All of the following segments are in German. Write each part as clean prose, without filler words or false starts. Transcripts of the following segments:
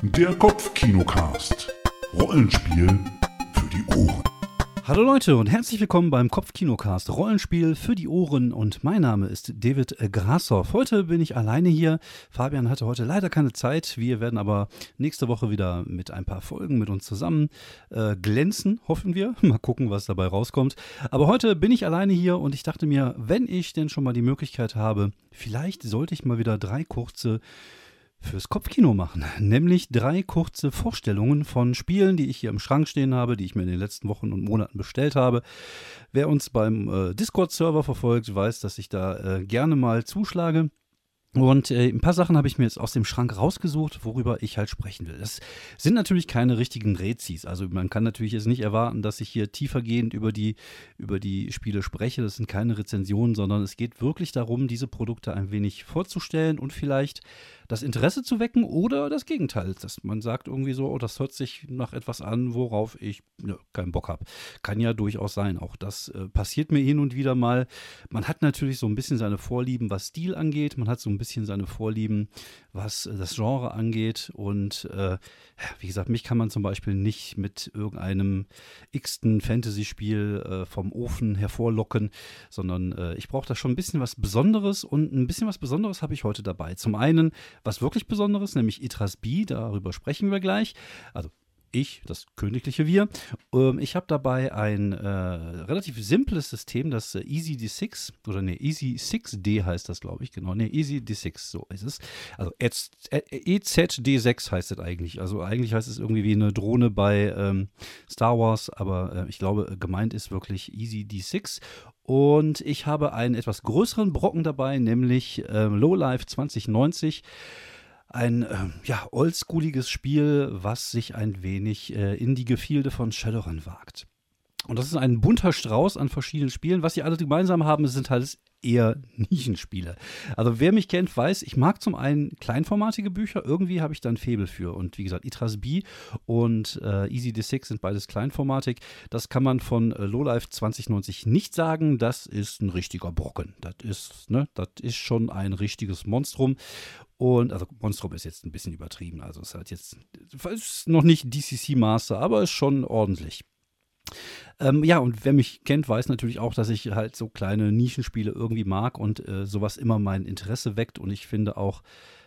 Der Kopfkinocast. Rollenspiel für die Ohren. Hallo Leute und herzlich willkommen beim Kopfkinocast Rollenspiel für die Ohren und mein Name ist David Grashoff. Heute bin ich alleine hier. Fabian hatte heute leider keine Zeit. Wir werden aber nächste Woche wieder mit ein paar Folgen mit uns zusammen glänzen, hoffen wir. Mal gucken, was dabei rauskommt. Aber heute bin ich alleine hier und ich dachte mir, wenn ich denn schon mal die Möglichkeit habe, vielleicht sollte ich mal wieder 3 kurze fürs Kopfkino machen, nämlich 3 kurze Vorstellungen von Spielen, die ich hier im Schrank stehen habe, die ich mir in den letzten Wochen und Monaten bestellt habe. Wer uns beim Discord-Server verfolgt, weiß, dass ich da gerne mal zuschlage. Und ein paar Sachen habe ich mir jetzt aus dem Schrank rausgesucht, worüber ich halt sprechen will. Das sind natürlich keine richtigen Rezis. Also man kann natürlich jetzt nicht erwarten, dass ich hier tiefergehend über die Spiele spreche. Das sind keine Rezensionen, sondern es geht wirklich darum, diese Produkte ein wenig vorzustellen und vielleicht das Interesse zu wecken oder das Gegenteil, dass man sagt irgendwie so, oh, das hört sich nach etwas an, worauf ich keinen Bock habe. Kann ja durchaus sein. Auch das passiert mir hin und wieder mal. Man hat natürlich so ein bisschen seine Vorlieben, was Stil angeht. Man hat so ein bisschen seine Vorlieben, was das Genre angeht. Und wie gesagt, mich kann man zum Beispiel nicht mit irgendeinem x-ten Fantasy-Spiel vom Ofen hervorlocken, sondern ich brauche da schon ein bisschen was Besonderes und ein bisschen was Besonderes habe ich heute dabei. Zum einen was wirklich Besonderes, nämlich Yggdrasil, darüber sprechen wir gleich. Also ich, das königliche Wir. Ich habe dabei ein relativ simples System, das Easy D6, oder Easy 6D heißt das, glaube ich, genau. Easy D6, so ist es. Also EZD6 heißt es eigentlich. Also eigentlich heißt es irgendwie wie eine Drohne bei Star Wars, aber ich glaube, gemeint ist wirklich Easy D6. Und ich habe einen etwas größeren Brocken dabei, nämlich Lowlife 2090. Ein oldschooliges Spiel, was sich ein wenig in die Gefilde von Shadowrun wagt. Und das ist ein bunter Strauß an verschiedenen Spielen. Was sie alle gemeinsam haben, sind halt eher Nischenspiele. Also wer mich kennt, weiß, ich mag zum einen kleinformatige Bücher, irgendwie habe ich da ein Faible für. Und wie gesagt, Yggdrasil und Easy D6 sind beides kleinformatig. Das kann man von Lowlife 2090 nicht sagen. Das ist ein richtiger Brocken. Das ist schon ein richtiges Monstrum. Und, also Monstrum ist jetzt ein bisschen übertrieben. Also es ist halt jetzt ist noch nicht DCC Master, aber ist schon ordentlich. Und wer mich kennt, weiß natürlich auch, dass ich halt so kleine Nischenspiele irgendwie mag und sowas immer mein Interesse weckt. Und ich finde auch,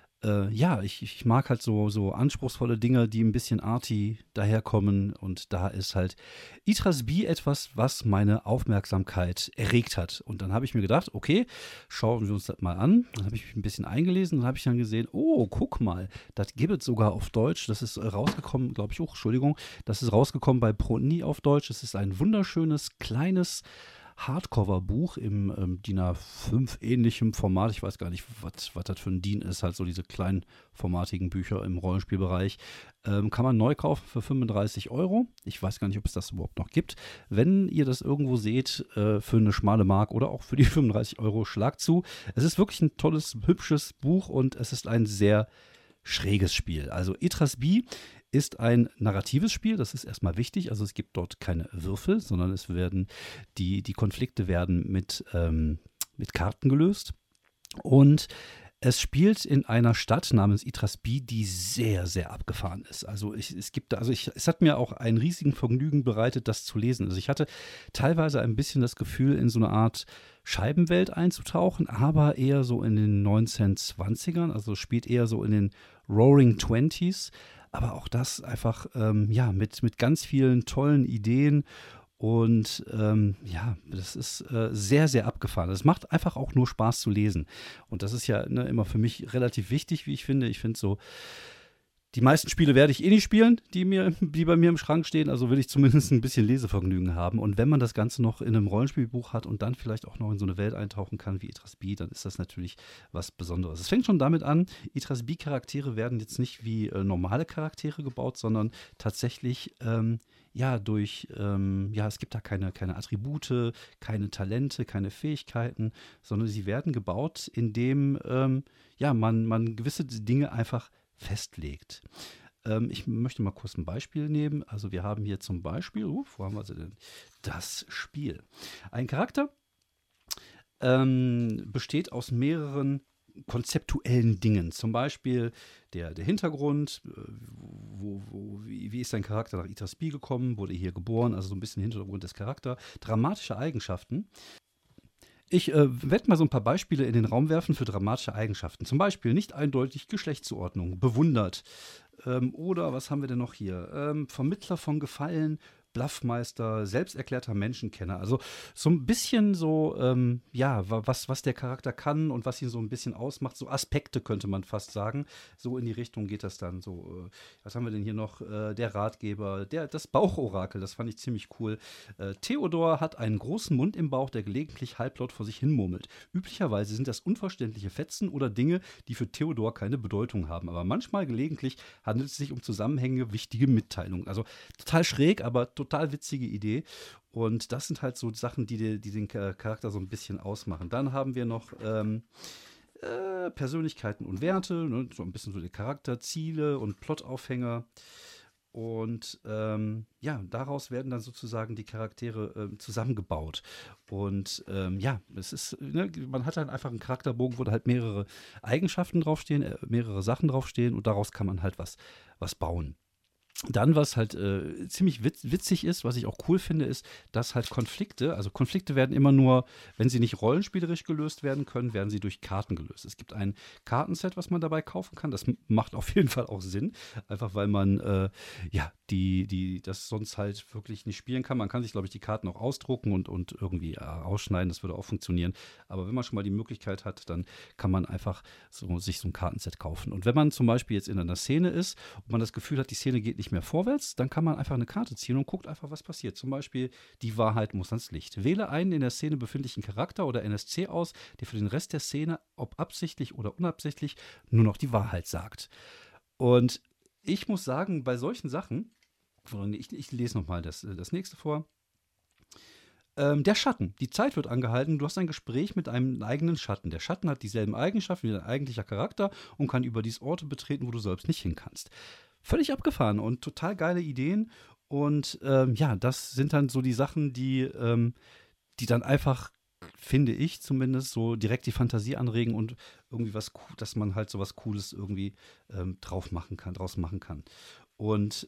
ich mag halt so anspruchsvolle Dinge, die ein bisschen arty daherkommen. Und da ist halt Yggdrasil etwas, was meine Aufmerksamkeit erregt hat. Und dann habe ich mir gedacht, okay, schauen wir uns das mal an. Dann habe ich mich ein bisschen eingelesen und habe ich dann gesehen, oh, guck mal, das gibt es sogar auf Deutsch. Das ist rausgekommen, glaube ich, das ist rausgekommen bei Prony auf Deutsch. Es ist ein wunderschönes, kleines Hardcover-Buch im DIN A5 ähnlichem Format. Ich weiß gar nicht, was das für ein DIN ist, halt so diese kleinformatigen Bücher im Rollenspielbereich. Kann man neu kaufen für 35 €. Ich weiß gar nicht, ob es das überhaupt noch gibt. Wenn ihr das irgendwo seht, für eine schmale Mark oder auch für die 35 €, schlagt zu. Es ist wirklich ein tolles, hübsches Buch und es ist ein sehr schräges Spiel. Also Yggdrasil ist ein narratives Spiel, das ist erstmal wichtig. Also es gibt dort keine Würfel, sondern es werden die Konflikte werden mit Karten gelöst. Und es spielt in einer Stadt namens Yggdrasil, die sehr, sehr abgefahren ist. Also es hat mir auch einen riesigen Vergnügen bereitet, das zu lesen. Also ich hatte teilweise ein bisschen das Gefühl, in so eine Art Scheibenwelt einzutauchen, aber eher so in den 1920ern. Also es spielt eher so in den Roaring Twenties. Aber auch das einfach, mit ganz vielen tollen Ideen und das ist sehr, sehr abgefahren. Es macht einfach auch nur Spaß zu lesen. Und das ist ja immer für mich relativ wichtig, wie ich finde. Ich finde so, die meisten Spiele werde ich nicht spielen, die bei mir im Schrank stehen. Also will ich zumindest ein bisschen Lesevergnügen haben. Und wenn man das Ganze noch in einem Rollenspielbuch hat und dann vielleicht auch noch in so eine Welt eintauchen kann wie Yggdrasil, dann ist das natürlich was Besonderes. Es fängt schon damit an, Yggdrasil-Charaktere werden jetzt nicht wie normale Charaktere gebaut, sondern tatsächlich es gibt da keine Attribute, keine Talente, keine Fähigkeiten, sondern sie werden gebaut, indem man gewisse Dinge einfach festlegt. Ich möchte mal kurz ein Beispiel nehmen. Also wir haben hier zum Beispiel, wo haben wir sie denn? Das Spiel. Ein Charakter besteht aus mehreren konzeptuellen Dingen. Zum Beispiel der Hintergrund, wie ist dein Charakter nach Yggdrasil gekommen, wurde hier geboren, also so ein bisschen Hintergrund des Charakters, dramatische Eigenschaften. Ich werde mal so ein paar Beispiele in den Raum werfen für dramatische Eigenschaften. Zum Beispiel nicht eindeutig Geschlechtszuordnung, bewundert. Oder was haben wir denn noch hier? Vermittler von Gefallen, Bluffmeister, selbsterklärter Menschenkenner. Also so ein bisschen so, was der Charakter kann und was ihn so ein bisschen ausmacht. So Aspekte könnte man fast sagen. So in die Richtung geht das dann. So, was haben wir denn hier noch? Der Ratgeber, das Bauchorakel, das fand ich ziemlich cool. Theodor hat einen großen Mund im Bauch, der gelegentlich halblaut vor sich hin murmelt. Üblicherweise sind das unverständliche Fetzen oder Dinge, die für Theodor keine Bedeutung haben. Aber manchmal gelegentlich handelt es sich um zusammenhängende, wichtige Mitteilungen. Also total schräg, aber total witzige Idee. Und das sind halt so Sachen, die den Charakter so ein bisschen ausmachen. Dann haben wir noch Persönlichkeiten und Werte, ne? So ein bisschen so die Charakterziele und Plotaufhänger. Und daraus werden dann sozusagen die Charaktere zusammengebaut. Und es ist, ne, man hat halt einfach einen Charakterbogen, wo da halt mehrere Eigenschaften draufstehen, mehrere Sachen draufstehen und daraus kann man halt was bauen. Dann, was halt ziemlich witzig ist, was ich auch cool finde, ist, dass halt Konflikte werden immer nur, wenn sie nicht rollenspielerisch gelöst werden können, werden sie durch Karten gelöst. Es gibt ein Kartenset, was man dabei kaufen kann. Das macht auf jeden Fall auch Sinn, einfach weil man das sonst halt wirklich nicht spielen kann. Man kann sich, glaube ich, die Karten auch ausdrucken und irgendwie ausschneiden. Das würde auch funktionieren. Aber wenn man schon mal die Möglichkeit hat, dann kann man einfach sich so ein Kartenset kaufen. Und wenn man zum Beispiel jetzt in einer Szene ist und man das Gefühl hat, die Szene geht nicht mehr vorwärts, dann kann man einfach eine Karte ziehen und guckt einfach, was passiert. Zum Beispiel, die Wahrheit muss ans Licht. Wähle einen in der Szene befindlichen Charakter oder NSC aus, der für den Rest der Szene, ob absichtlich oder unabsichtlich, nur noch die Wahrheit sagt. Und ich muss sagen, bei solchen Sachen, ich lese nochmal das nächste vor. Der Schatten. Die Zeit wird angehalten. Du hast ein Gespräch mit einem eigenen Schatten. Der Schatten hat dieselben Eigenschaften wie dein eigentlicher Charakter und kann überdies Orte betreten, wo du selbst nicht hin kannst. Völlig abgefahren und total geile Ideen. Und das sind dann so die Sachen, die dann einfach, finde ich zumindest, so direkt die Fantasie anregen und irgendwie dass man halt so was Cooles irgendwie draus machen kann. Und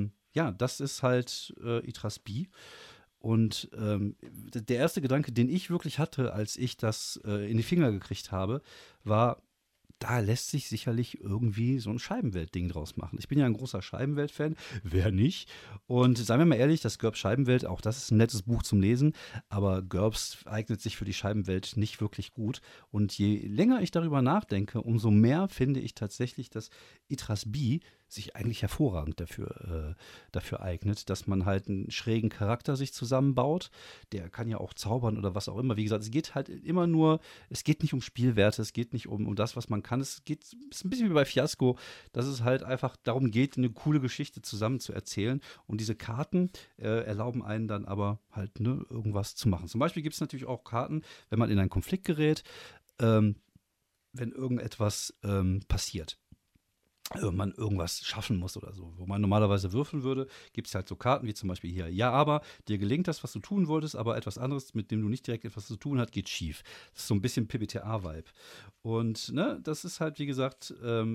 das ist halt Yggdrasil. Und der erste Gedanke, den ich wirklich hatte, als ich das in die Finger gekriegt habe, war, da lässt sich sicherlich irgendwie so ein Scheibenwelt-Ding draus machen. Ich bin ja ein großer Scheibenwelt-Fan, wer nicht? Und seien wir mal ehrlich, das GURPS Scheibenwelt, auch das ist ein nettes Buch zum Lesen, aber GURPS eignet sich für die Scheibenwelt nicht wirklich gut. Und je länger ich darüber nachdenke, umso mehr finde ich tatsächlich, dass Yggdrasil sich eigentlich hervorragend dafür eignet, dass man halt einen schrägen Charakter sich zusammenbaut. Der kann ja auch zaubern oder was auch immer. Wie gesagt, es geht halt immer nur, es geht nicht um Spielwerte, es geht nicht um das, was man kann. Es ist ein bisschen wie bei Fiasco, dass es halt einfach darum geht, eine coole Geschichte zusammen zu erzählen. Und diese Karten erlauben einen dann aber halt irgendwas zu machen. Zum Beispiel gibt es natürlich auch Karten, wenn man in einen Konflikt gerät, wenn irgendetwas passiert. Man irgendwas schaffen muss oder so. Wo man normalerweise würfeln würde, gibt es halt so Karten wie zum Beispiel hier, ja, aber dir gelingt das, was du tun wolltest, aber etwas anderes, mit dem du nicht direkt etwas zu tun hast, geht schief. Das ist so ein bisschen PBTA-Vibe. Und das ist halt, wie gesagt,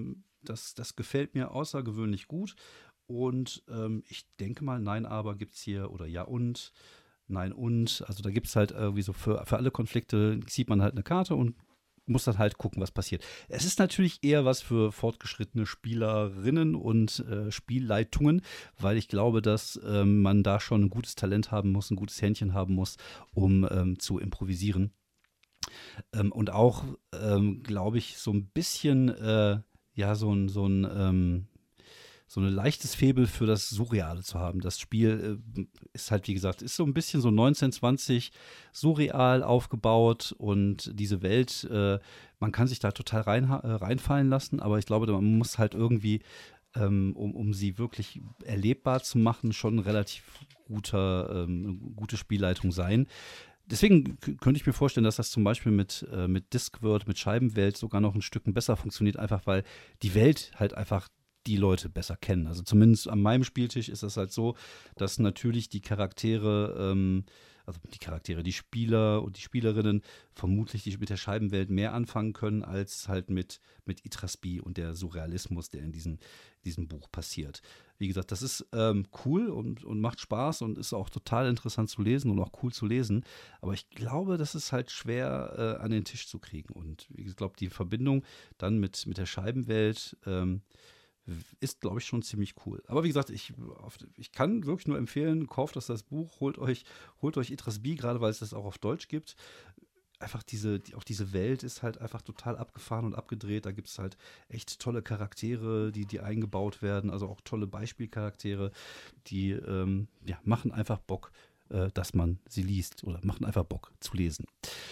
das gefällt mir außergewöhnlich gut. Und ich denke mal, nein, aber gibt es hier, oder ja und, nein und. Also da gibt es halt irgendwie so für alle Konflikte, sieht man halt eine Karte und muss dann halt gucken, was passiert. Es ist natürlich eher was für fortgeschrittene Spielerinnen und Spielleitungen, weil ich glaube, dass man da schon ein gutes Talent haben muss, ein gutes Händchen haben muss, um zu improvisieren. Und auch, glaube ich, so ein bisschen, so ein leichtes Faible für das Surreale zu haben. Das Spiel ist halt, wie gesagt, ist so ein bisschen so 1920 surreal aufgebaut und diese Welt, man kann sich da total reinfallen lassen, aber ich glaube, man muss halt irgendwie, um sie wirklich erlebbar zu machen, schon relativ gute Spielleitung sein. Deswegen könnte ich mir vorstellen, dass das zum Beispiel mit Discworld, mit Scheibenwelt sogar noch ein Stück besser funktioniert, einfach weil die Welt halt einfach die Leute besser kennen. Also zumindest an meinem Spieltisch ist das halt so, dass natürlich die Charaktere also die Charaktere, die Spieler und die Spielerinnen vermutlich mit der Scheibenwelt mehr anfangen können, als halt mit Yggdrasil und der Surrealismus, der in diesem Buch passiert. Wie gesagt, das ist cool und macht Spaß und ist auch total interessant zu lesen und auch cool zu lesen. Aber ich glaube, das ist halt schwer an den Tisch zu kriegen. Und ich glaube, die Verbindung dann mit der Scheibenwelt ist, glaube ich, schon ziemlich cool. Aber wie gesagt, ich kann wirklich nur empfehlen, kauft das Buch, holt euch Yggdrasil, gerade weil es das auch auf Deutsch gibt. Einfach auch diese Welt ist halt einfach total abgefahren und abgedreht. Da gibt es halt echt tolle Charaktere, die eingebaut werden, also auch tolle Beispielcharaktere, die machen einfach Bock, dass man sie liest oder machen einfach Bock zu lesen.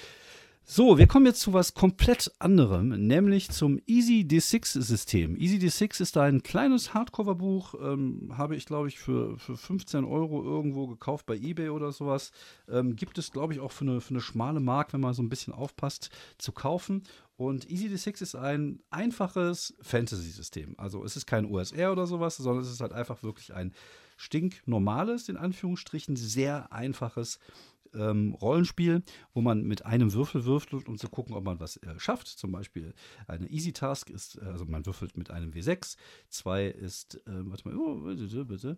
So, wir kommen jetzt zu was komplett anderem, nämlich zum Easy D6-System. Easy D6 ist ein kleines Hardcover-Buch, habe ich, glaube ich, für 15 € irgendwo gekauft bei eBay oder sowas. Gibt es, glaube ich, auch für eine schmale Mark, wenn man so ein bisschen aufpasst, zu kaufen. Und Easy D6 ist ein einfaches Fantasy-System. Also es ist kein OSR oder sowas, sondern es ist halt einfach wirklich ein stinknormales, in Anführungsstrichen, sehr einfaches Rollenspiel, wo man mit einem Würfel würfelt, um zu gucken, ob man was schafft. Zum Beispiel eine Easy Task ist, also man würfelt mit einem W6, 2 ist, bitte.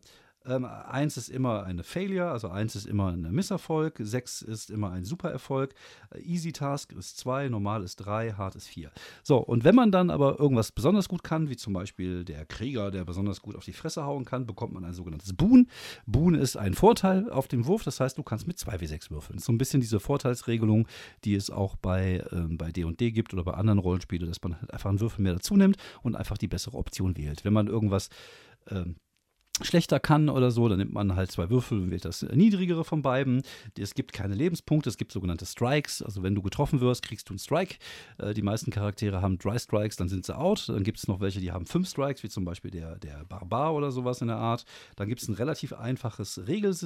1 ist immer eine Failure, also 1 ist immer ein Misserfolg, 6 ist immer ein Supererfolg, Easy Task ist 2, normal ist 3, hart ist 4. So, und wenn man dann aber irgendwas besonders gut kann, wie zum Beispiel der Krieger, der besonders gut auf die Fresse hauen kann, bekommt man ein sogenanntes Boon. Boon ist ein Vorteil auf dem Wurf, das heißt, du kannst mit 2W6 würfeln. So ein bisschen diese Vorteilsregelung, die es auch bei D&D gibt oder bei anderen Rollenspielen, dass man halt einfach einen Würfel mehr dazu nimmt und einfach die bessere Option wählt. Wenn man irgendwas schlechter kann oder so, dann nimmt man halt 2 Würfel und wählt das niedrigere von beiden. Es gibt keine Lebenspunkte, es gibt sogenannte Strikes. Also wenn du getroffen wirst, kriegst du einen Strike. Die meisten Charaktere haben 3 Strikes, dann sind sie out. Dann gibt es noch welche, die haben 5 Strikes, wie zum Beispiel der Barbar oder sowas in der Art. Dann gibt es ein relativ einfaches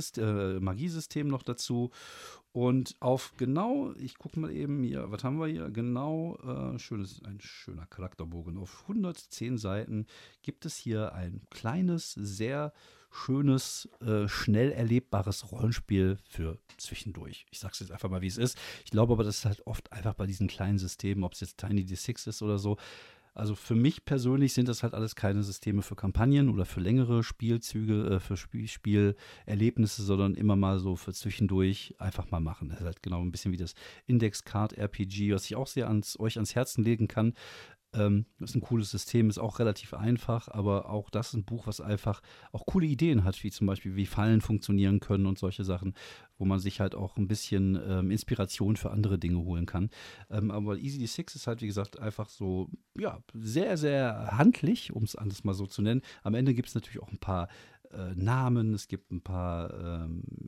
Magiesystem noch dazu. Und auf genau, ich gucke mal eben hier, was haben wir hier? Genau, ein schöner Charakterbogen. Auf 110 Seiten gibt es hier ein kleines, sehr schönes, schnell erlebbares Rollenspiel für zwischendurch. Ich sage es jetzt einfach mal, wie es ist. Ich glaube aber, das ist halt oft einfach bei diesen kleinen Systemen, ob es jetzt Tiny D6 ist oder so. Also für mich persönlich sind das halt alles keine Systeme für Kampagnen oder für längere Spielzüge, für Spielerlebnisse, sondern immer mal so für zwischendurch einfach mal machen. Das ist halt genau ein bisschen wie das Index-Card-RPG, was ich auch sehr euch ans Herzen legen kann. Das ist ein cooles System, ist auch relativ einfach, aber auch das ist ein Buch, was einfach auch coole Ideen hat, wie zum Beispiel, wie Fallen funktionieren können und solche Sachen, wo man sich halt auch ein bisschen Inspiration für andere Dinge holen kann. Aber Easy D6 ist halt, wie gesagt, einfach so, ja, sehr, sehr handlich, um es anders mal so zu nennen. Am Ende gibt es natürlich auch ein paar Namen, es gibt ein paar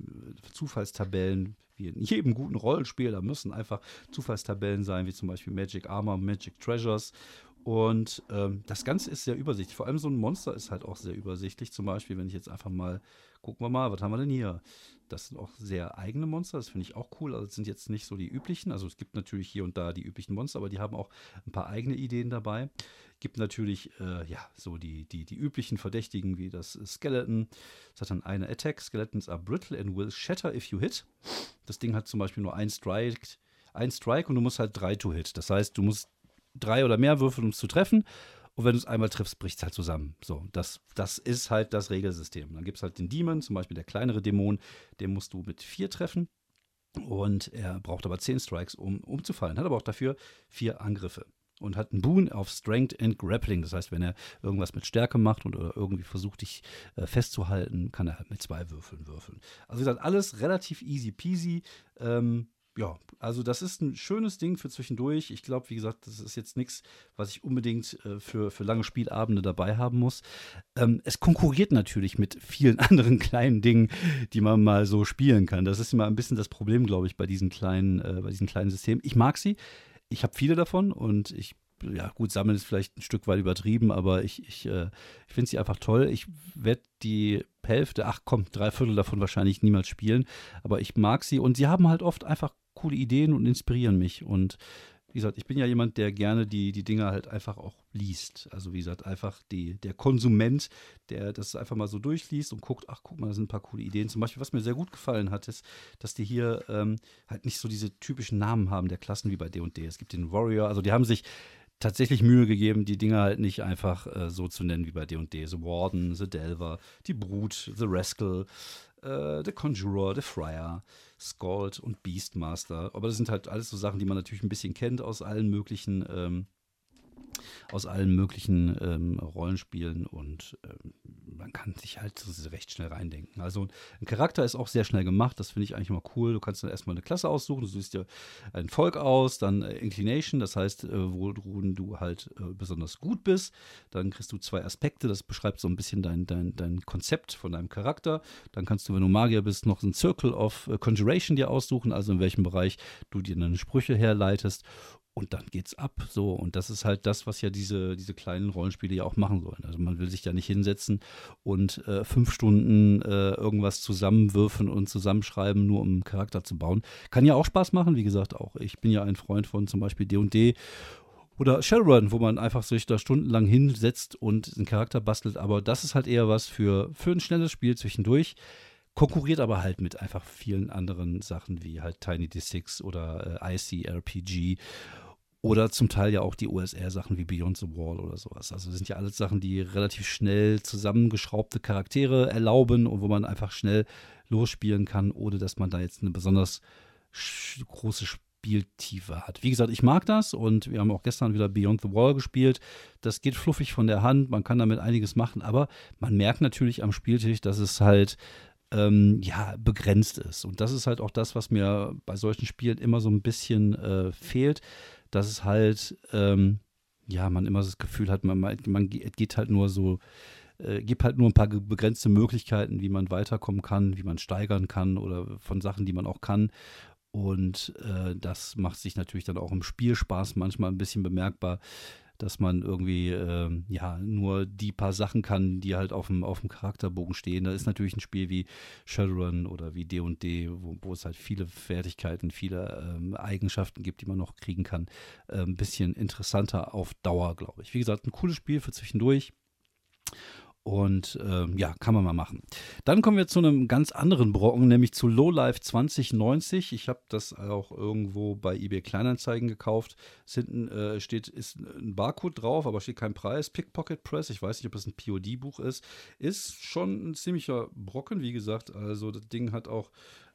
Zufallstabellen, wie in jedem guten Rollenspiel, da müssen einfach Zufallstabellen sein, wie zum Beispiel Magic Armor, Magic Treasures. Und das Ganze ist sehr übersichtlich. Vor allem so ein Monster ist halt auch sehr übersichtlich. Zum Beispiel, wenn ich jetzt einfach mal, gucken wir mal, was haben wir denn hier? Das sind auch sehr eigene Monster, das finde ich auch cool. Also es sind jetzt nicht so die üblichen. Also es gibt natürlich hier und da die üblichen Monster, aber die haben auch ein paar eigene Ideen dabei. Gibt natürlich, so die üblichen Verdächtigen wie das Skeleton. Das hat dann eine Attack. Skeletons are brittle and will shatter if you hit. Das Ding hat zum Beispiel nur ein Strike und du musst halt 3 to hit. Das heißt, du musst 3 oder mehr würfeln, um es zu treffen. Und wenn du es einmal triffst, bricht es halt zusammen. So, das ist halt das Regelsystem. Dann gibt es halt den Demon, zum Beispiel der kleinere Dämon, den musst du mit 4 treffen. Und er braucht aber 10 Strikes, um umzufallen. Hat aber auch dafür 4 Angriffe. Und hat einen Boon auf Strength and Grappling. Das heißt, wenn er irgendwas mit Stärke macht oder irgendwie versucht, dich festzuhalten, kann er halt mit 2 Würfeln würfeln. Also wie gesagt, alles relativ easy peasy. Ja, also das ist ein schönes Ding für zwischendurch. Ich glaube, wie gesagt, das ist jetzt nichts, was ich unbedingt für lange Spielabende dabei haben muss. Es konkurriert natürlich mit vielen anderen kleinen Dingen, die man mal so spielen kann. Das ist immer ein bisschen das Problem, glaube ich, bei diesen kleinen Systemen. Ich mag sie. Ich habe viele davon und sammeln ist vielleicht ein Stück weit übertrieben, aber ich finde sie einfach toll. Ich werde die Hälfte, 3/4 davon wahrscheinlich niemals spielen, aber ich mag sie und sie haben halt oft einfach coole Ideen und inspirieren mich und wie gesagt, ich bin ja jemand, der gerne die Dinger halt einfach auch liest. Also wie gesagt, einfach der Konsument, der das einfach mal so durchliest und guckt, ach guck mal, da sind ein paar coole Ideen. Zum Beispiel, was mir sehr gut gefallen hat, ist, dass die hier halt nicht so diese typischen Namen haben der Klassen wie bei D&D. Es gibt den Warrior, also die haben sich tatsächlich Mühe gegeben, die Dinger halt nicht einfach so zu nennen wie bei D&D. The Warden, The Delver, die Brut, The Rascal, The Conjurer, The Friar, Skald und Beastmaster. Aber das sind halt alles so Sachen, die man natürlich ein bisschen kennt aus allen möglichen Rollenspielen und man kann sich halt so recht schnell reindenken. Also ein Charakter ist auch sehr schnell gemacht, das finde ich eigentlich immer cool. Du kannst dann erstmal eine Klasse aussuchen, du suchst dir ein Volk aus, dann Inclination, das heißt, worin du halt besonders gut bist. Dann kriegst du 2 Aspekte, das beschreibt so ein bisschen dein Konzept von deinem Charakter. Dann kannst du, wenn du Magier bist, noch einen Circle of Conjuration dir aussuchen, also in welchem Bereich du dir deine Sprüche herleitest. Und dann geht's ab. So, und das ist halt das, was ja diese kleinen Rollenspiele ja auch machen sollen. Also man will sich ja nicht hinsetzen und 5 Stunden irgendwas zusammenwürfen und zusammenschreiben, nur um einen Charakter zu bauen. Kann ja auch Spaß machen, wie gesagt, auch. Ich bin ja ein Freund von zum Beispiel D&D oder Shadowrun, wo man einfach sich da stundenlang hinsetzt und einen Charakter bastelt. Aber das ist halt eher was für ein schnelles Spiel zwischendurch. Konkurriert aber halt mit einfach vielen anderen Sachen wie halt Tiny D6 oder ICRPG oder zum Teil ja auch die OSR-Sachen wie Beyond the Wall oder sowas. Also das sind ja alles Sachen, die relativ schnell zusammengeschraubte Charaktere erlauben und wo man einfach schnell losspielen kann, ohne dass man da jetzt eine besonders große Spieltiefe hat. Wie gesagt, ich mag das und wir haben auch gestern wieder Beyond the Wall gespielt. Das geht fluffig von der Hand, man kann damit einiges machen, aber man merkt natürlich am Spieltisch, dass es halt begrenzt ist. Und das ist halt auch das, was mir bei solchen Spielen immer so ein bisschen fehlt, dass es halt, man immer das Gefühl hat, man geht halt nur so, gibt halt nur ein paar begrenzte Möglichkeiten, wie man weiterkommen kann, wie man steigern kann oder von Sachen, die man auch kann. Und das macht sich natürlich dann auch im Spielspaß manchmal ein bisschen bemerkbar, dass man irgendwie nur die paar Sachen kann, die halt auf dem Charakterbogen stehen. Da ist natürlich ein Spiel wie Shadowrun oder wie D&D, wo es halt viele Fertigkeiten, viele Eigenschaften gibt, die man noch kriegen kann, ein bisschen interessanter auf Dauer, glaube ich. Wie gesagt, ein cooles Spiel für zwischendurch. Und kann man mal machen. Dann kommen wir zu einem ganz anderen Brocken, nämlich zu Lowlife 2090. Ich habe das auch irgendwo bei eBay Kleinanzeigen gekauft. Hinten ist ein Barcode drauf, aber steht kein Preis. Pickpocket Press, ich weiß nicht, ob das ein POD-Buch ist. Ist schon ein ziemlicher Brocken, wie gesagt. Also das Ding hat auch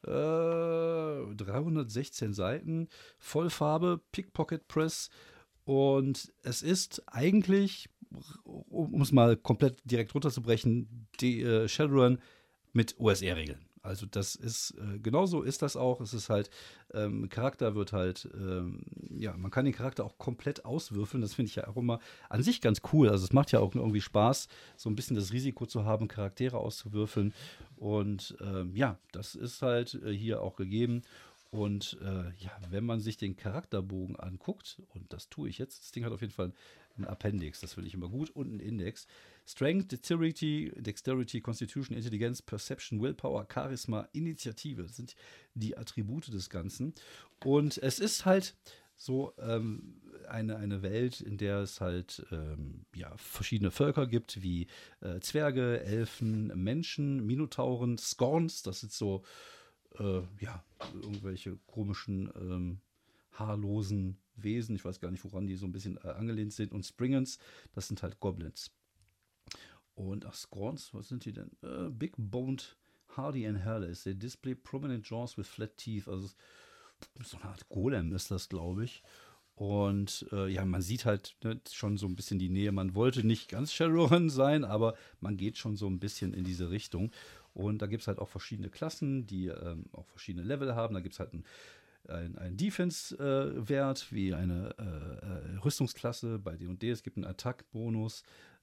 316 Seiten, Vollfarbe, Pickpocket Press. Und es ist eigentlich, um es mal komplett direkt runterzubrechen, die Shadowrun mit OSR-Regeln. Also das ist, genauso ist das auch. Es ist halt, Charakter wird halt, man kann den Charakter auch komplett auswürfeln. Das finde ich ja auch immer an sich ganz cool. Also es macht ja auch irgendwie Spaß, so ein bisschen das Risiko zu haben, Charaktere auszuwürfeln. Und das ist halt hier auch gegeben. Und wenn man sich den Charakterbogen anguckt, und das tue ich jetzt, das Ding hat auf jeden Fall ein Appendix, das finde ich immer gut, und einen Index. Strength, Dexterity, Constitution, Intelligenz, Perception, Willpower, Charisma, Initiative, das sind die Attribute des Ganzen. Und es ist halt so eine Welt, in der es halt verschiedene Völker gibt, wie Zwerge, Elfen, Menschen, Minotauren, Scorns, das sind so irgendwelche komischen, haarlosen Wesen. Ich weiß gar nicht, woran die so ein bisschen angelehnt sind. Und Springans, das sind halt Goblins. Und Scorns, was sind die denn? Big boned, hardy and hairless. They display prominent jaws with flat teeth. Also so eine Art Golem ist das, glaube ich. Und man sieht halt schon so ein bisschen die Nähe. Man wollte nicht ganz Shadowrun sein, aber man geht schon so ein bisschen in diese Richtung. Und da gibt es halt auch verschiedene Klassen, die auch verschiedene Level haben. Da gibt es halt einen Defense-Wert, wie eine Rüstungsklasse bei D&D. Es gibt einen Attack-Bonus.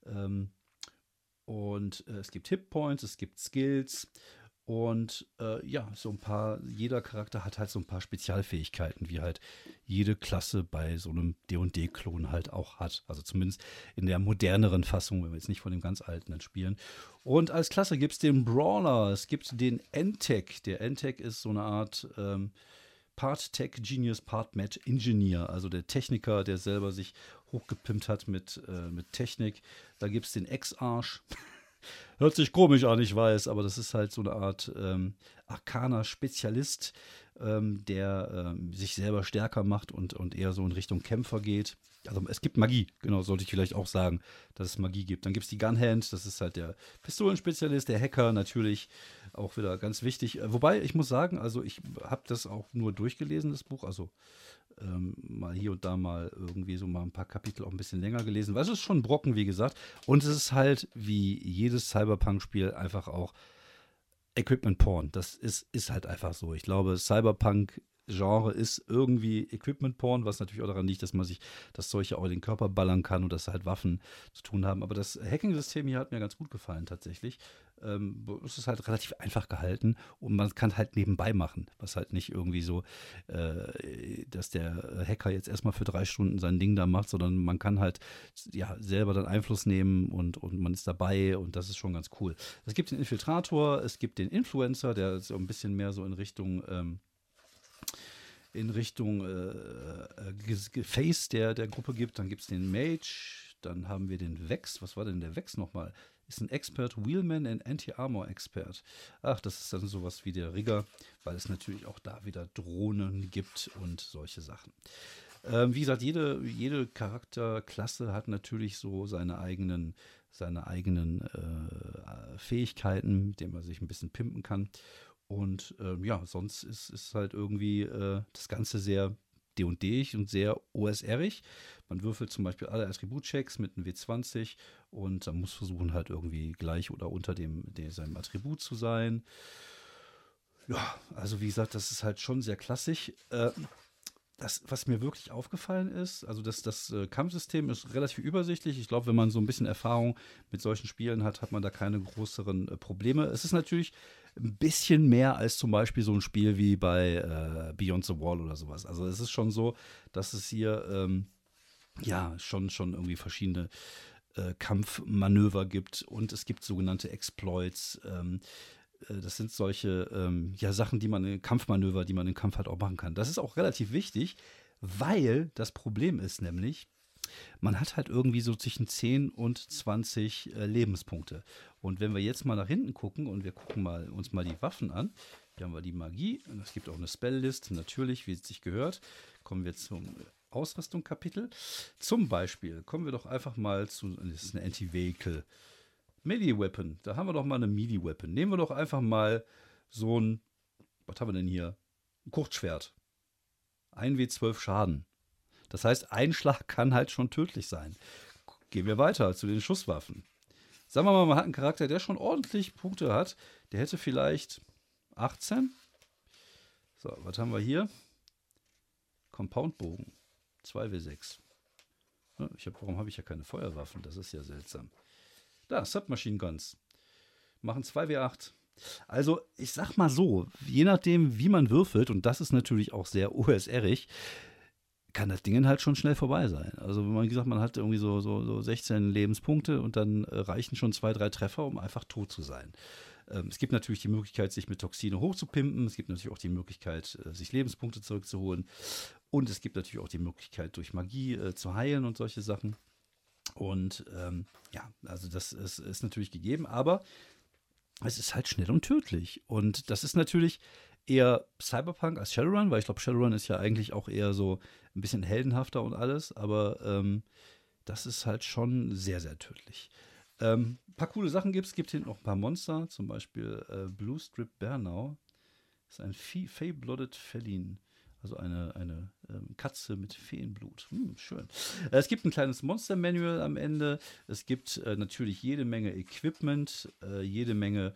Und es gibt Hit-Points, es gibt Skills. Und so ein paar, jeder Charakter hat halt so ein paar Spezialfähigkeiten, wie halt jede Klasse bei so einem D&D-Klon halt auch hat. Also zumindest in der moderneren Fassung, wenn wir jetzt nicht von dem ganz alten spielen. Und als Klasse gibt es den Brawler, es gibt den Entech. Der Entech ist so eine Art Part Tech Genius, Part Match Engineer, also der Techniker, der selber sich hochgepimpt hat mit Technik. Da gibt es den Ex-Arsch. Hört sich komisch an, ich weiß, aber das ist halt so eine Art Arcana-Spezialist, der sich selber stärker macht und eher so in Richtung Kämpfer geht. Also es gibt Magie, genau, sollte ich vielleicht auch sagen, dass es Magie gibt. Dann gibt es die Gunhand, das ist halt der Pistolenspezialist, der Hacker natürlich auch wieder ganz wichtig. Wobei, ich muss sagen, also ich habe das auch nur durchgelesen, das Buch, also mal hier und da mal irgendwie so mal ein paar Kapitel auch ein bisschen länger gelesen, weil es ist schon ein Brocken, wie gesagt. Und es ist halt wie jedes Cyberpunk-Spiel einfach auch Equipment-Porn. Das ist halt einfach so. Ich glaube, Cyberpunk-Genre ist irgendwie Equipment-Porn, was natürlich auch daran liegt, dass man sich das Zeug ja auch in den Körper ballern kann und dass halt Waffen zu tun haben. Aber das Hacking-System hier hat mir ganz gut gefallen tatsächlich. Es ist halt relativ einfach gehalten und man kann halt nebenbei machen, was halt nicht irgendwie so, dass der Hacker jetzt erstmal für 3 Stunden sein Ding da macht, sondern man kann halt ja selber dann Einfluss nehmen und man ist dabei und das ist schon ganz cool. Es gibt den Infiltrator, es gibt den Influencer, der so ein bisschen mehr so in Richtung Face der Gruppe gibt. Dann gibt es den Mage, dann haben wir den Vex. Was war denn der Vex nochmal? Ist ein Expert, Wheelman and Anti-Armor Expert. Ach, das ist dann sowas wie der Rigger, weil es natürlich auch da wieder Drohnen gibt und solche Sachen. Wie gesagt, jede Charakterklasse hat natürlich so seine eigenen Fähigkeiten, mit denen man sich ein bisschen pimpen kann. Und ja, sonst ist halt irgendwie das Ganze sehr D&D-ig und sehr OSR-ig. Man würfelt zum Beispiel alle Attributchecks mit einem W20 und dann muss versuchen halt irgendwie gleich oder unter seinem Attribut zu sein. Ja, also wie gesagt, das ist halt schon sehr klassisch. Was mir wirklich aufgefallen ist, also das Kampfsystem ist relativ übersichtlich. Ich glaube, wenn man so ein bisschen Erfahrung mit solchen Spielen hat, hat man da keine größeren Probleme. Es ist natürlich ein bisschen mehr als zum Beispiel so ein Spiel wie bei Beyond the Wall oder sowas. Also es ist schon so, dass es hier ja schon irgendwie verschiedene Kampfmanöver gibt und es gibt sogenannte Exploits. Das sind solche Sachen, Kampfmanöver, die man im Kampf halt auch machen kann. Das ist auch relativ wichtig, weil das Problem ist nämlich, man hat halt irgendwie so zwischen 10 und 20 Lebenspunkte. Und wenn wir jetzt mal nach hinten gucken und wir gucken uns mal die Waffen an, hier haben wir die Magie, und es gibt auch eine Spelllist, natürlich, wie es sich gehört. Kommen wir zum Ausrüstung-Kapitel. Zum Beispiel kommen wir doch einfach mal zu, das ist eine Anti-Vehicle. Melee-Weapon, da haben wir doch mal eine Melee-Weapon. Nehmen wir doch einfach mal so ein, was haben wir denn hier? Ein Kurzschwert. 1W12 Schaden. Das heißt, ein Schlag kann halt schon tödlich sein. Gehen wir weiter zu den Schusswaffen. Sagen wir mal, man hat einen Charakter, der schon ordentlich Punkte hat. Der hätte vielleicht 18. So, was haben wir hier? Compoundbogen. 2W6. Warum habe ich ja keine Feuerwaffen? Das ist ja seltsam. Da, Submachine Guns. Machen 2W8. Also, ich sag mal so, je nachdem, wie man würfelt, und das ist natürlich auch sehr OSR-ig, kann das Ding halt schon schnell vorbei sein. Also, wenn man gesagt, man hat irgendwie so 16 Lebenspunkte und dann reichen schon 2, 3 Treffer, um einfach tot zu sein. Es gibt natürlich die Möglichkeit, sich mit Toxine hochzupimpen. Es gibt natürlich auch die Möglichkeit, sich Lebenspunkte zurückzuholen. Und es gibt natürlich auch die Möglichkeit, durch Magie zu heilen und solche Sachen. Und ja, also das ist natürlich gegeben, aber es ist halt schnell und tödlich. Und das ist natürlich eher Cyberpunk als Shadowrun, weil ich glaube, Shadowrun ist ja eigentlich auch eher so ein bisschen heldenhafter und alles, aber das ist halt schon sehr, sehr tödlich. Ein paar coole Sachen gibt es hinten noch ein paar Monster, zum Beispiel Blue Strip Bernau. Das ist ein Fey-Blooded Feline. Also eine Katze mit Feenblut. Schön. Es gibt ein kleines Monster-Manual am Ende. Es gibt natürlich jede Menge Equipment, jede Menge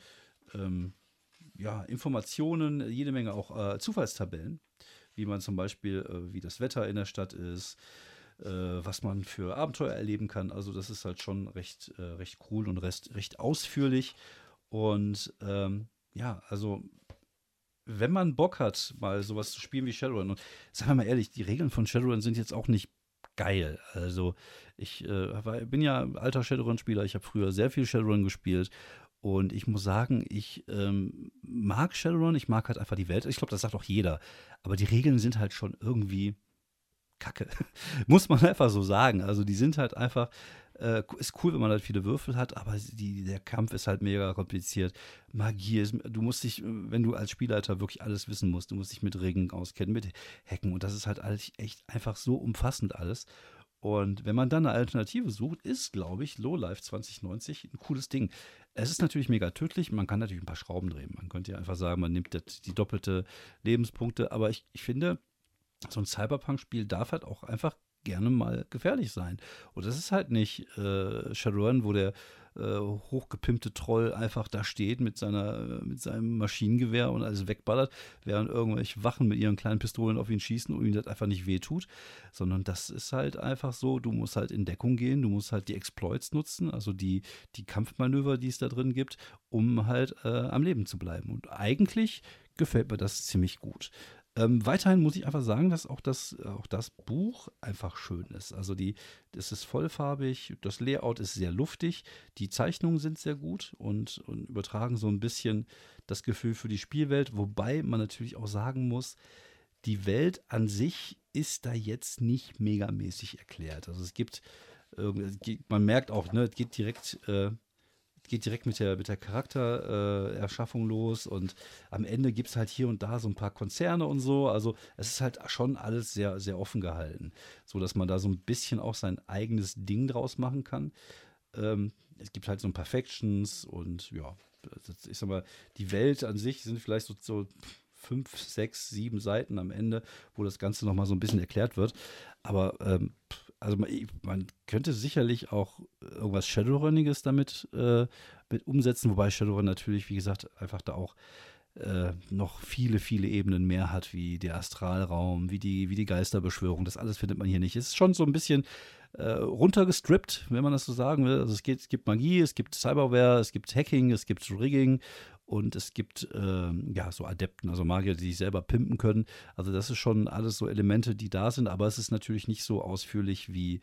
Informationen, jede Menge auch Zufallstabellen, wie man zum Beispiel, wie das Wetter in der Stadt ist, was man für Abenteuer erleben kann. Also das ist halt schon recht cool und recht ausführlich. Und also wenn man Bock hat, mal sowas zu spielen wie Shadowrun, und sagen wir mal ehrlich, die Regeln von Shadowrun sind jetzt auch nicht geil. Also ich bin ja alter Shadowrun-Spieler, ich habe früher sehr viel Shadowrun gespielt Und ich muss sagen, ich mag Shadowrun, ich mag halt einfach die Welt. Ich glaube, das sagt auch jeder. Aber die Regeln sind halt schon irgendwie Kacke. Muss man einfach so sagen. Also die sind halt einfach, ist cool, wenn man halt viele Würfel hat, aber der Kampf ist halt mega kompliziert. Magie ist, du musst dich, wenn du als Spielleiter wirklich alles wissen musst, du musst dich mit Ringen auskennen, mit Hacken und das ist halt alles echt einfach so umfassend alles. Und wenn man dann eine Alternative sucht, ist, glaube ich, Lowlife 2090 ein cooles Ding. Es ist natürlich mega tödlich, man kann natürlich ein paar Schrauben drehen. Man könnte ja einfach sagen, man nimmt die doppelte Lebenspunkte, aber ich finde, so ein Cyberpunk-Spiel darf halt auch einfach gerne mal gefährlich sein. Und das ist halt nicht Shadowrun, wo der hochgepimpte Troll einfach da steht mit seinem Maschinengewehr und alles wegballert, während irgendwelche Wachen mit ihren kleinen Pistolen auf ihn schießen und ihm das einfach nicht wehtut. Sondern das ist halt einfach so, du musst halt in Deckung gehen, du musst halt die Exploits nutzen, also die Kampfmanöver, die es da drin gibt, um halt am Leben zu bleiben. Und eigentlich gefällt mir das ziemlich gut. Weiterhin muss ich einfach sagen, dass auch das Buch einfach schön ist. Also das ist vollfarbig, das Layout ist sehr luftig, die Zeichnungen sind sehr gut und übertragen so ein bisschen das Gefühl für die Spielwelt, wobei man natürlich auch sagen muss, die Welt an sich ist da jetzt nicht megamäßig erklärt. Also man merkt auch, ne, es geht direkt mit der Charaktererschaffung los und am Ende gibt es halt hier und da so ein paar Konzerne und so. Also es ist halt schon alles sehr, sehr offen gehalten, so dass man da so ein bisschen auch sein eigenes Ding draus machen kann. Es gibt halt so ein paar Factions und ja, ich sag mal, die Welt an sich sind vielleicht so 5, 6, 7 Seiten am Ende, wo das Ganze nochmal so ein bisschen erklärt wird. Aber also man könnte sicherlich auch irgendwas Shadowrunniges damit mit umsetzen, wobei Shadowrun natürlich, wie gesagt, einfach da auch noch viele, viele Ebenen mehr hat, wie der Astralraum, wie die Geisterbeschwörung. Das alles findet man hier nicht. Es ist schon so ein bisschen runtergestrippt, wenn man das so sagen will. Also es gibt Magie, es gibt Cyberware, es gibt Hacking, es gibt Rigging und es gibt so Adepten, also Magier, die sich selber pimpen können. Also das ist schon alles so Elemente, die da sind, aber es ist natürlich nicht so ausführlich wie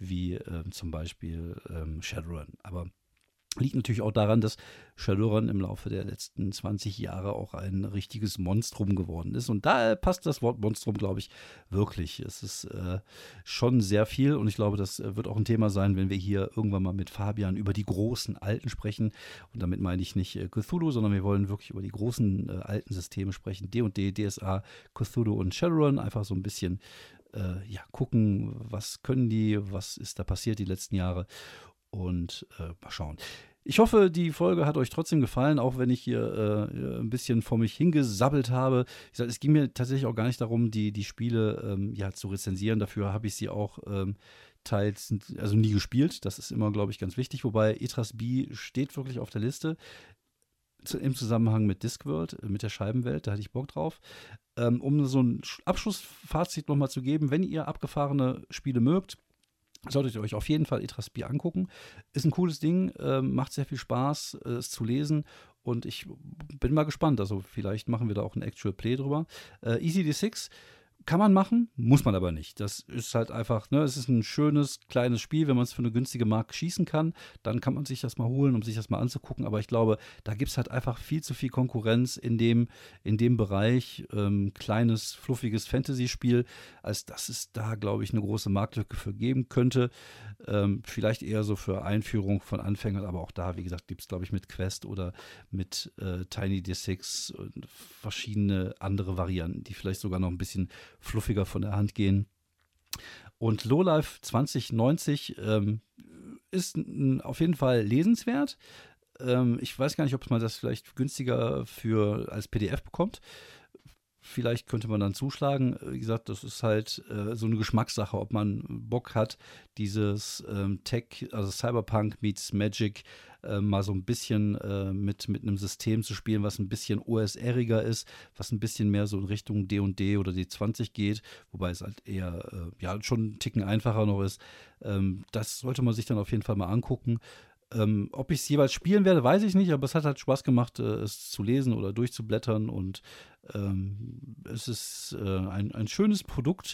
zum Beispiel Shadowrun. Aber liegt natürlich auch daran, dass Shadowrun im Laufe der letzten 20 Jahre auch ein richtiges Monstrum geworden ist. Und da passt das Wort Monstrum, glaube ich, wirklich. Es ist schon sehr viel und ich glaube, das wird auch ein Thema sein, wenn wir hier irgendwann mal mit Fabian über die großen Alten sprechen. Und damit meine ich nicht Cthulhu, sondern wir wollen wirklich über die großen alten Systeme sprechen. D&D, DSA, Cthulhu und Shadowrun. Einfach so ein bisschen gucken, was können die, was ist da passiert die letzten Jahre. Und mal schauen. Ich hoffe, die Folge hat euch trotzdem gefallen, auch wenn ich hier ein bisschen vor mich hingesabbelt habe. Ich sag, es ging mir tatsächlich auch gar nicht darum, die Spiele zu rezensieren. Dafür habe ich sie auch teils, also nie gespielt. Das ist immer, glaube ich, ganz wichtig. Wobei Yggdrasil steht wirklich auf der Liste im Zusammenhang mit Discworld, mit der Scheibenwelt. Da hatte ich Bock drauf. Um so ein Abschlussfazit nochmal zu geben, wenn ihr abgefahrene Spiele mögt, solltet ihr euch auf jeden Fall Yggdrasil angucken. Ist ein cooles Ding, macht sehr viel Spaß, es zu lesen. Und ich bin mal gespannt. Also vielleicht machen wir da auch ein Actual Play drüber. Easy D6 kann man machen, muss man aber nicht. Das ist halt einfach, es ist ein schönes, kleines Spiel. Wenn man es für eine günstige Mark schießen kann, dann kann man sich das mal holen, um sich das mal anzugucken. Aber ich glaube, da gibt es halt einfach viel zu viel Konkurrenz in dem Bereich. Kleines, fluffiges Fantasy-Spiel, als dass es da, glaube ich, eine große Marktlücke für geben könnte. Vielleicht eher so für Einführung von Anfängern, aber auch da, wie gesagt, gibt es, glaube ich, mit Quest oder mit Tiny D6 und verschiedene andere Varianten, die vielleicht sogar noch ein bisschen fluffiger von der Hand gehen. Und Lowlife 2090 ist auf jeden Fall lesenswert. Ich weiß gar nicht, ob man das vielleicht günstiger als PDF bekommt. Vielleicht könnte man dann zuschlagen. Wie gesagt, das ist halt so eine Geschmackssache, ob man Bock hat, dieses Tech, also Cyberpunk meets Magic, mal so ein bisschen mit einem System zu spielen, was ein bisschen OSR-iger ist, was ein bisschen mehr so in Richtung D&D oder D20 geht, wobei es halt eher schon einen Ticken einfacher noch ist. Das sollte man sich dann auf jeden Fall mal angucken. Ob ich es jeweils spielen werde, weiß ich nicht, aber es hat halt Spaß gemacht, es zu lesen oder durchzublättern und es ist ein schönes Produkt.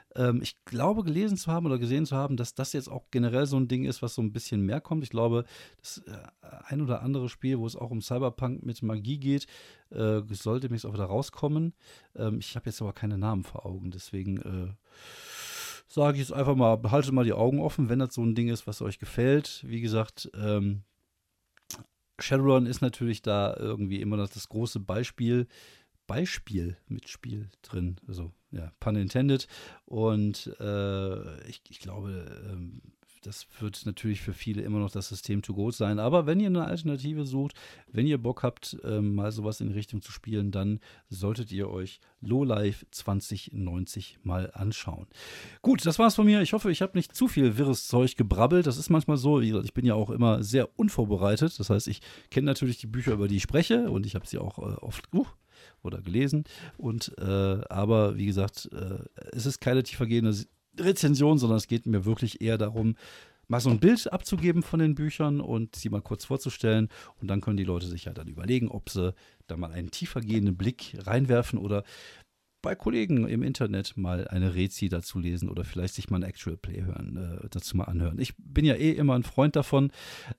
Ich glaube, gelesen zu haben oder gesehen zu haben, dass das jetzt auch generell so ein Ding ist, was so ein bisschen mehr kommt. Ich glaube, das ein oder andere Spiel, wo es auch um Cyberpunk mit Magie geht, sollte demnächst auch wieder rauskommen. Ich habe jetzt aber keine Namen vor Augen, deswegen sage ich jetzt einfach mal, haltet mal die Augen offen, wenn das so ein Ding ist, was euch gefällt. Wie gesagt, Shadowrun ist natürlich da irgendwie immer noch das große Beispiel mit Spiel drin. Also, ja, pun intended. Und ich glaube, das wird natürlich für viele immer noch das System to go sein. Aber wenn ihr eine Alternative sucht, wenn ihr Bock habt, mal sowas in die Richtung zu spielen, dann solltet ihr euch Lowlife 2090 mal anschauen. Gut, das war's von mir. Ich hoffe, ich habe nicht zu viel wirres Zeug gebrabbelt. Das ist manchmal so. Wie gesagt, ich bin ja auch immer sehr unvorbereitet. Das heißt, ich kenne natürlich die Bücher, über die ich spreche, und ich habe sie auch oft oder gelesen. Und aber wie gesagt, es ist keine tiefergehende Rezension, sondern es geht mir wirklich eher darum, mal so ein Bild abzugeben von den Büchern und sie mal kurz vorzustellen. Und dann können die Leute sich ja dann überlegen, ob sie da mal einen tiefergehenden Blick reinwerfen oder bei Kollegen im Internet mal eine Rezi dazu lesen oder vielleicht sich mal ein Actual Play dazu mal anhören. Ich bin ja immer ein Freund davon,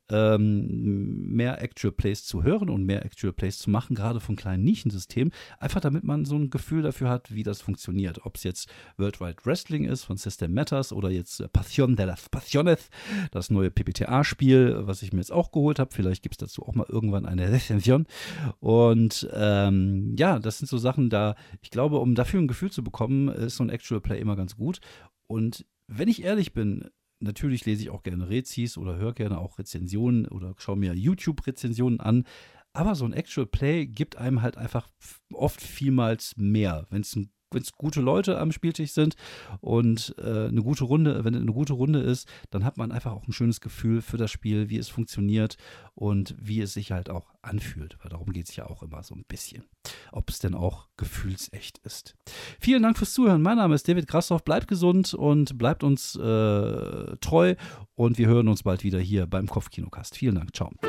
mehr Actual Plays zu hören und mehr Actual Plays zu machen, gerade von kleinen Nischensystemen, einfach damit man so ein Gefühl dafür hat, wie das funktioniert. Ob es jetzt World Wide Wrestling ist von System Matters oder jetzt Pasión de las Pasiones, das neue PBTA-Spiel, was ich mir jetzt auch geholt habe. Vielleicht gibt es dazu auch mal irgendwann eine Rezension. Und ja, das sind so Sachen, da ich glaube, um dafür ein Gefühl zu bekommen, ist so ein Actual Play immer ganz gut. Und wenn ich ehrlich bin, natürlich lese ich auch gerne Rezis oder höre gerne auch Rezensionen oder schaue mir YouTube-Rezensionen an. Aber so ein Actual Play gibt einem halt einfach oft vielmals mehr, wenn es gute Leute am Spieltisch sind und eine gute Runde, wenn es eine gute Runde ist, dann hat man einfach auch ein schönes Gefühl für das Spiel, wie es funktioniert und wie es sich halt auch anfühlt. Weil darum geht es ja auch immer so ein bisschen. Ob es denn auch gefühlsecht ist. Vielen Dank fürs Zuhören. Mein Name ist David Grassoff. Bleibt gesund und bleibt uns treu. Und wir hören uns bald wieder hier beim Kopfkinocast. Vielen Dank. Ciao.